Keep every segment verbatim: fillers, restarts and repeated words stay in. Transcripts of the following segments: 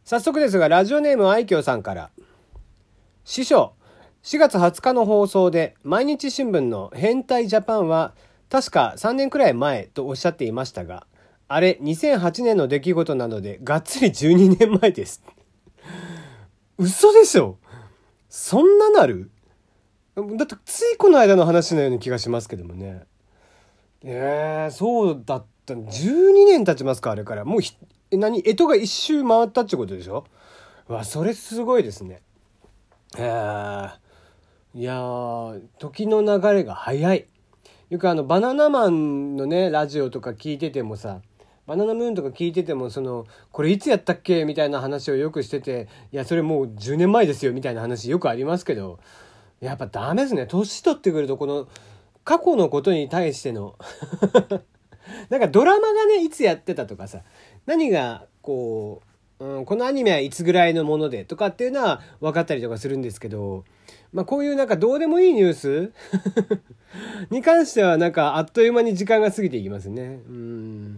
早速ですが、ラジオネーム愛嬌さんから。師匠、しがつはつかの放送で毎日新聞の変態ジャパンは確かさんねんくらい前とおっしゃっていましたが、あれにせんはちねんの出来事なのでがっつりじゅうにねんまえです。嘘でしょ。そんななる？だってついこの間の話のような気がしますけどもね。えー、そうだった。じゅうにねん経ちますか、あれから。もうひ何干支が一周回ったってことでしょ。わ、それすごいですね。えー、いやー、時の流れが早い。よくあのバナナマンのねラジオとか聞いててもさ、バナナムーンとか聞いてても、そのこれいつやったっけみたいな話をよくしてて、いやそれもうじゅうねんまえですよみたいな話よくありますけど、やっぱダメですね。年取ってくるとこの過去のことに対してのなんかドラマがねいつやってたとかさ、何がこう、うん、このアニメはいつぐらいのものでとかっていうのは分かったりとかするんですけど、まあこういうなんかどうでもいいニュースに関してはなんかあっという間に時間が過ぎていきますね。うん、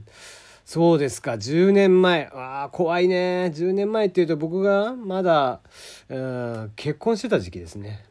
そうですか。じゅうねんまえ、ああ怖いね。じゅうねんまえっていうと僕がまだ、うん、結婚してた時期ですね。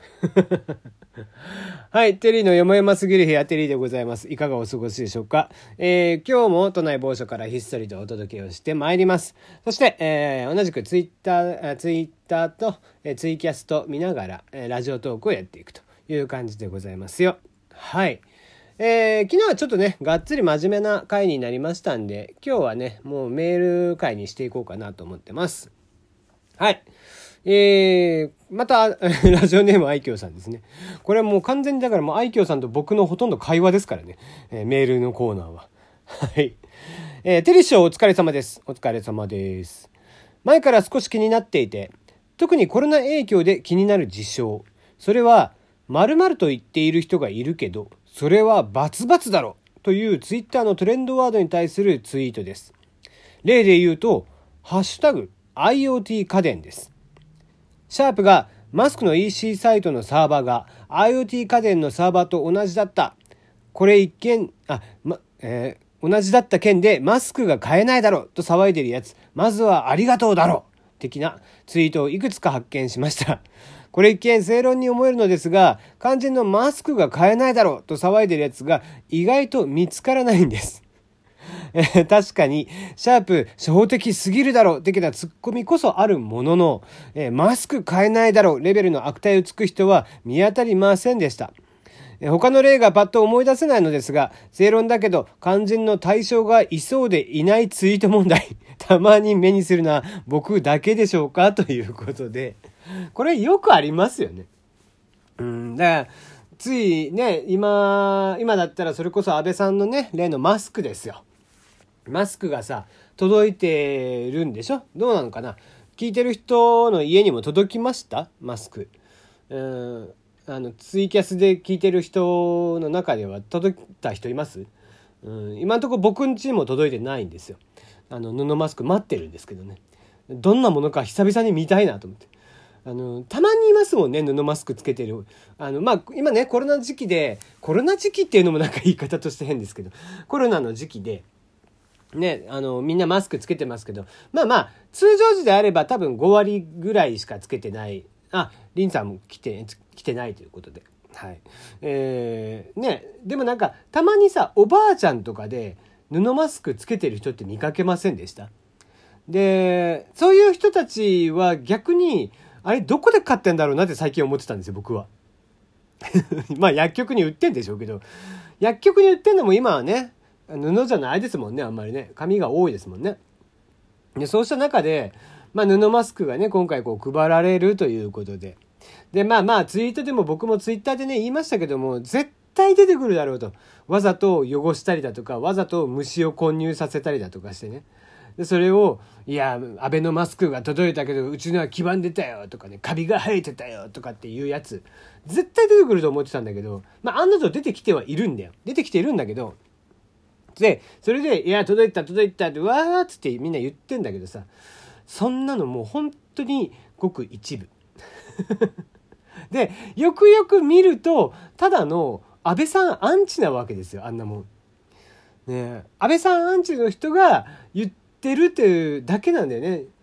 はい、テリーのよもやますぎる部屋、テリーでございます。いかがお過ごしでしょうか。えー、今日も都内某所からひっそりとお届けをしてまいります。そして、えー、同じくツイッター、ツイッターと、えー、ツイキャスト見ながら、えー、ラジオトークをやっていくという感じでございますよ。はい。えー、昨日はちょっとねがっつり真面目な回になりましたんで、今日はねもうメール回にしていこうかなと思ってます。はい。えー、またラジオネーム愛嬌さんですね。これはもう完全にだからもう愛嬌さんと僕のほとんど会話ですからね、えー、メールのコーナーは。はい。えー、テリー師匠お疲れ様です。お疲れ様です。前から少し気になっていて、特にコロナ影響で気になる事象、それは〇〇と言っている人がいるけどそれはバツバツだろというツイッターのトレンドワードに対するツイートです。例で言うとハッシュタグ アイオーティー 家電です。シャープがマスクの イーシー サイトのサーバーが アイオーティー 家電のサーバーと同じだった。これ一見、あ、ま、えー、同じだった件でマスクが買えないだろうと騒いでるやつ、まずはありがとうだろう的なツイートをいくつか発見しました。これ一見正論に思えるのですが、肝心のマスクが買えないだろうと騒いでるやつが意外と見つからないんです。確かにシャープ初歩的すぎるだろう的なツッコミこそあるものの、えー、マスク買えないだろうレベルの悪態をつく人は見当たりませんでした。えー、他の例がパッと思い出せないのですが、正論だけど肝心の対象がいそうでいないツイート問題たまに目にするのは僕だけでしょうかということで、これよくありますよね。うんだからついね今今だったらそれこそ安倍さんのね例のマスクですよ。マスクがさ届いてるんでしょ。どうなのかな。聞いてる人の家にも届きましたマスク。うんあのツイキャスで聞いてる人の中では届いた人います？うん、今のところ僕ん家にも届いてないんですよ。あの布マスク待ってるんですけどね。どんなものか久々に見たいなと思って。あのたまにいますもんね、布マスクつけてる。あのまあ今ねコロナ時期で、コロナ時期っていうのもなんか言い方として変ですけど、コロナの時期でね、あのみんなマスクつけてますけど、まあまあ通常時であれば多分ごわりぐらいしかつけてない。あ、リンさんも来て来てないということで、はい。えー、ね、でもなんかたまにさおばあちゃんとかで布マスクつけてる人って見かけませんでした？でそういう人たちは逆にあれどこで買ってんだろうなって最近思ってたんですよ、僕は。まあ薬局に売ってんでしょうけど、薬局に売ってんのも今はね布じゃないですもんね。あんまりね紙が多いですもんね。でそうした中で、まあ、布マスクがね今回こう配られるということで、でまあまあツイートでも僕もツイッターでね言いましたけども、絶対出てくるだろうと。わざと汚したりだとかわざと虫を混入させたりだとかしてね、でそれをいやアベノマスクが届いたけどうちのは黄ばんでたよとかね、カビが生えてたよとかっていうやつ絶対出てくると思ってたんだけど、まあ案の定出てきてはいるんだよ。出てきているんだけど、でそれでいや届いた届いたってわーっつってみんな言ってんだけどさ、そんなのもう本当にごく一部でよくよく見るとただの安倍さんアンチなわけですよ、あんなもんね。安倍さんアンチの人が言ってるっていうだけなんだよね。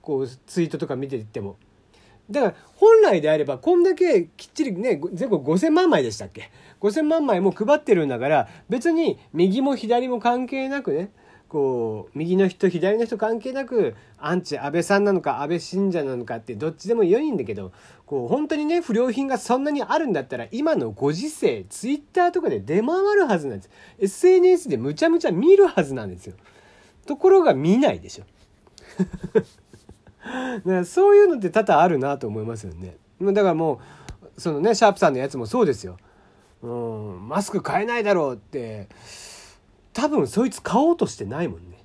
こうツイートとか見ていっても。だから本来であればこんだけきっちりね、全国ごせんまんまいでしたっけ、ごせんまんまいも配ってるんだから、別に右も左も関係なくね、こう右の人左の人関係なくアンチ安倍さんなのか安倍信者なのかってどっちでも良いんだけど、こう本当にね不良品がそんなにあるんだったら今のご時世ツイッターとかで出回るはずなんです。 エスエヌエス でむちゃむちゃ見るはずなんですよ。ところが見ないでしょだからそういうのって多々あるなと思いますよね。だからもうそのねシャープさんのやつもそうですよ。うんマスク買えないだろうって多分そいつ買おうとしてないもんね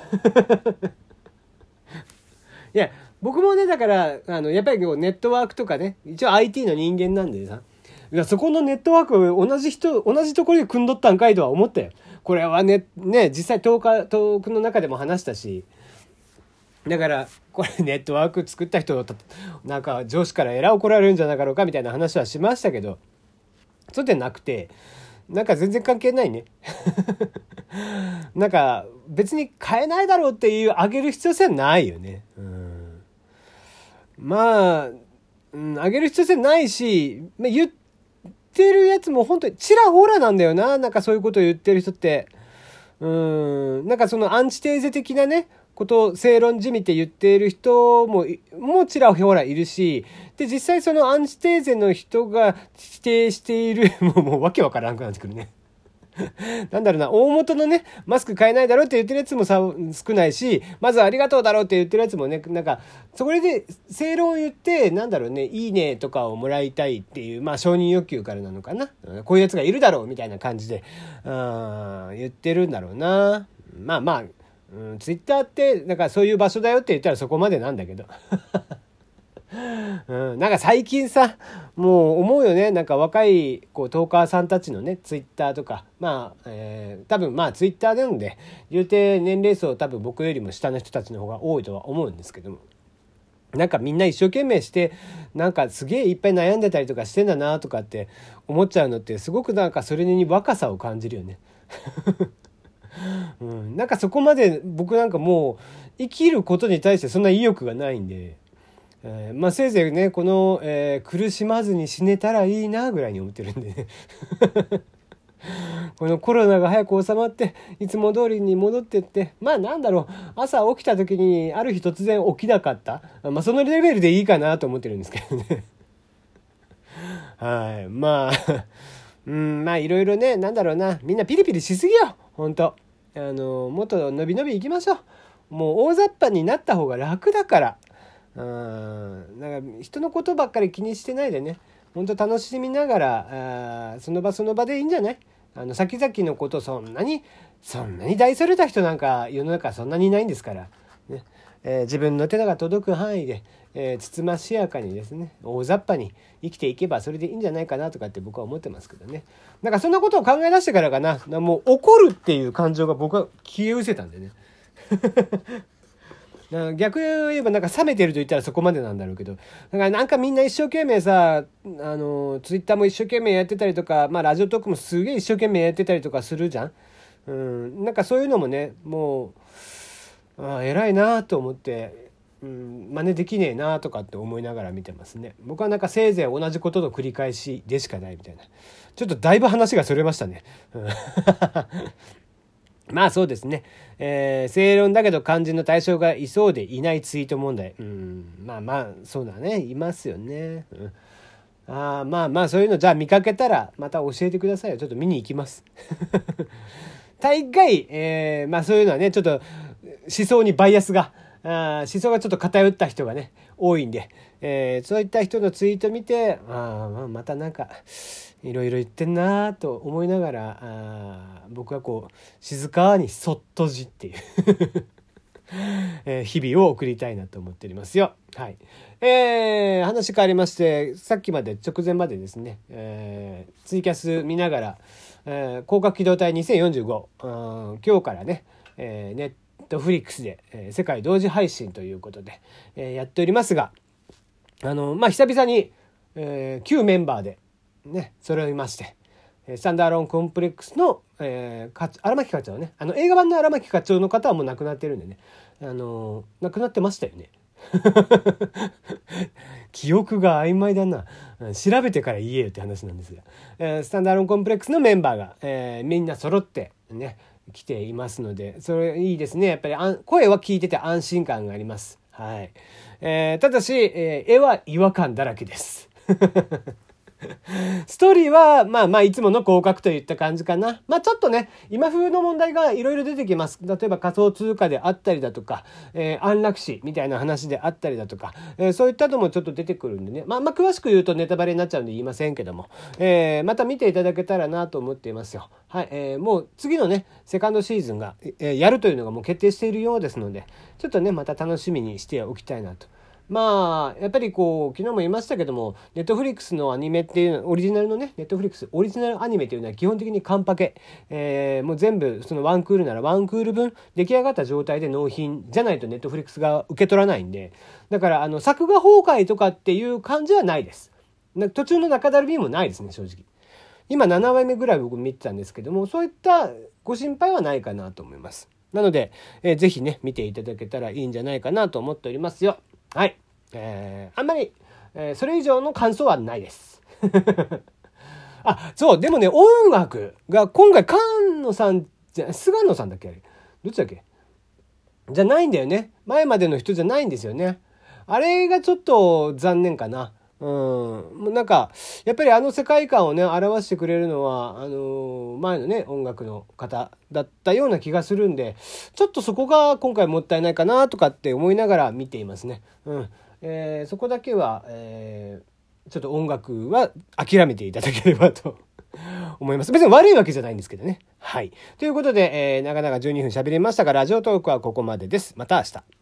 いや僕もねだからあのやっぱりネットワークとかね一応 アイティー の人間なんでさ、いやそこのネットワークを同じ人同じところで組んどったんかいとは思ったよ。これはねね実際トーカトークの中でも話したし、だからこれネットワーク作った人なんか上司からえらい怒られるんじゃなかろうかみたいな話はしましたけど、そうでなくてなんか全然関係ないねなんか別に買えないだろうっていう上げる必要性はないよね。うんまあ、うん、上げる必要性ないし、まあ、言ってるやつも本当にちらほらなんだよな。なんかそういうことを言ってる人ってうんなんかそのアンチテーゼ的なねことを正論じみて言っている人ももちらほらいるし、で実際そのアンチテーゼの人が否定しているもうもうわけわからなくなってくるねなんだろうな、大元のねマスク買えないだろうって言ってるやつもさ少ないし、まずありがとうだろうって言ってるやつもね、なんかそれで正論を言ってなんだろうね、いいねとかをもらいたいっていうまあ承認欲求からなのかな、こういうやつがいるだろうみたいな感じであ言ってるんだろうな。まあまあうん、ツイッターってなんかそういう場所だよって言ったらそこまでなんだけど、うん、なんか最近さもう思うよね、なんか若いこうトーカーさんたちのねツイッターとかまあ、えー、多分まあツイッターなので言うて年齢層多分僕よりも下の人たちの方が多いとは思うんですけども、なんかみんな一生懸命してなんかすげえいっぱい悩んでたりとかしてんだなとかって思っちゃうのってすごくなんかそれに若さを感じるよねうん、なんかそこまで僕なんかもう生きることに対してそんな意欲がないんで、えー、まあせいぜいねこの、えー、苦しまずに死ねたらいいなぐらいに思ってるんでねこのコロナが早く収まっていつも通りに戻ってってまあなんだろう朝起きた時にある日突然起きなかった、まあそのレベルでいいかなと思ってるんですけどねはいまあうんまあいろいろねなんだろうな、みんなピリピリしすぎよ本当。あのもっと伸び伸びいきましょう。もう大雑把になった方が楽だから。うんなんか人のことばっかり気にしてないでね、本当楽しみながらあその場その場でいいんじゃない。あの先々のことそんなにそんなに大それた人なんか世の中そんなにいないんですから、ねえー、自分の手が届く範囲で、えー、つつましやかにですね大雑把に生きていけばそれでいいんじゃないかなとかって僕は思ってますけどね。なんかそんなことを考え出してからかな、もう怒るっていう感情が僕は消え失せたんでね逆に言えばなんか冷めてると言ったらそこまでなんだろうけど、だからなんかみんな一生懸命さあのツイッターも一生懸命やってたりとか、まあラジオトークもすげえ一生懸命やってたりとかするじゃん。うん、なんかそういうのもねもうあ偉いなと思って、うん、真似できねえなとかって思いながら見てますね。僕はなんかせいぜい同じことの繰り返しでしかないみたいな。ちょっとだいぶ話がそれましたね。まあそうですね、えー、正論だけど肝心の対象がいそうでいないツイート問題、うん、まあまあそうだねいますよね、うん、あまあまあそういうのじゃあ見かけたらまた教えてくださいよ。ちょっと見に行きます大概、えー、まあそういうのはねちょっと思想にバイアスがあ思想がちょっと偏った人がね多いんで、えー、そういった人のツイート見てあ、まあ、またなんかいろいろ言ってんなと思いながらあ僕はこう静かにそっとじっていうえー、日々を送りたいなと思っておりますよ。はい。えー、話変わりまして、さっきまで直前までですね、えー、ツイキャス見ながら、えー、広角機動隊にせんよんじゅうご、うん、今日からね、えー、ネットフリックスで、えー、世界同時配信ということで、えー、やっておりますが、あのまあ久々に、えー、旧メンバーでね揃いまして。スタンダーローンコンプレックスの、えー、荒牧課長ね、あの映画版の荒牧課長の方はもう亡くなってるんでね、あの亡くなってましたよね記憶が曖昧だな。調べてから言えよって話なんですが、えー、スタンダードコンプレックスのメンバーが、えー、みんな揃ってね来ていますので、それいいですね。やっぱりあ声は聞いてて安心感があります。はい。えー、ただし、えー、絵は違和感だらけです。ストーリーは、まあまあ、いつもの合格といった感じかな。まあちょっとね、今風の問題がいろいろ出てきます。例えば仮想通貨であったりだとか、えー、安楽死みたいな話であったりだとか、えー、そういったのもちょっと出てくるんでね。まあまあ詳しく言うとネタバレになっちゃうんで言いませんけども、えー、また見ていただけたらなと思っていますよ。はい、えー、もう次のね、セカンドシーズンが、えー、やるというのがもう決定しているようですので、ちょっとね、また楽しみにしておきたいなと。まあやっぱりこう昨日も言いましたけども、ネットフリックスのアニメっていうオリジナルのねネットフリックスオリジナルアニメというのは基本的に完パケ、えー、もう全部そのワンクールならワンクール分出来上がった状態で納品じゃないとネットフリックスが受け取らないんで、だからあの作画崩壊とかっていう感じはないです。途中の中だるみもないですね、正直。今ななわいめぐらい僕見てたんですけども、そういったご心配はないかなと思います。なので、えー、ぜひね見ていただけたらいいんじゃないかなと思っておりますよ。はい、えー、あんまり、えー、それ以上の感想はないです。あ、そう、でもね、音楽が今回菅野さんじゃ、菅野さんだっけ、あれ。どっちだっけじゃないんだよね。前までの人じゃないんですよね。あれがちょっと残念かな。うん。なんか、やっぱりあの世界観をね、表してくれるのは、あのー、前のね、音楽の方だったような気がするんで、ちょっとそこが今回もったいないかなとかって思いながら見ていますね。うん。えー、そこだけは、えー、ちょっと音楽は諦めていただければと思います。別に悪いわけじゃないんですけどね。はい。ということで、えー、長々じゅうにふん喋りましたが、ラジオトークはここまでです。また明日。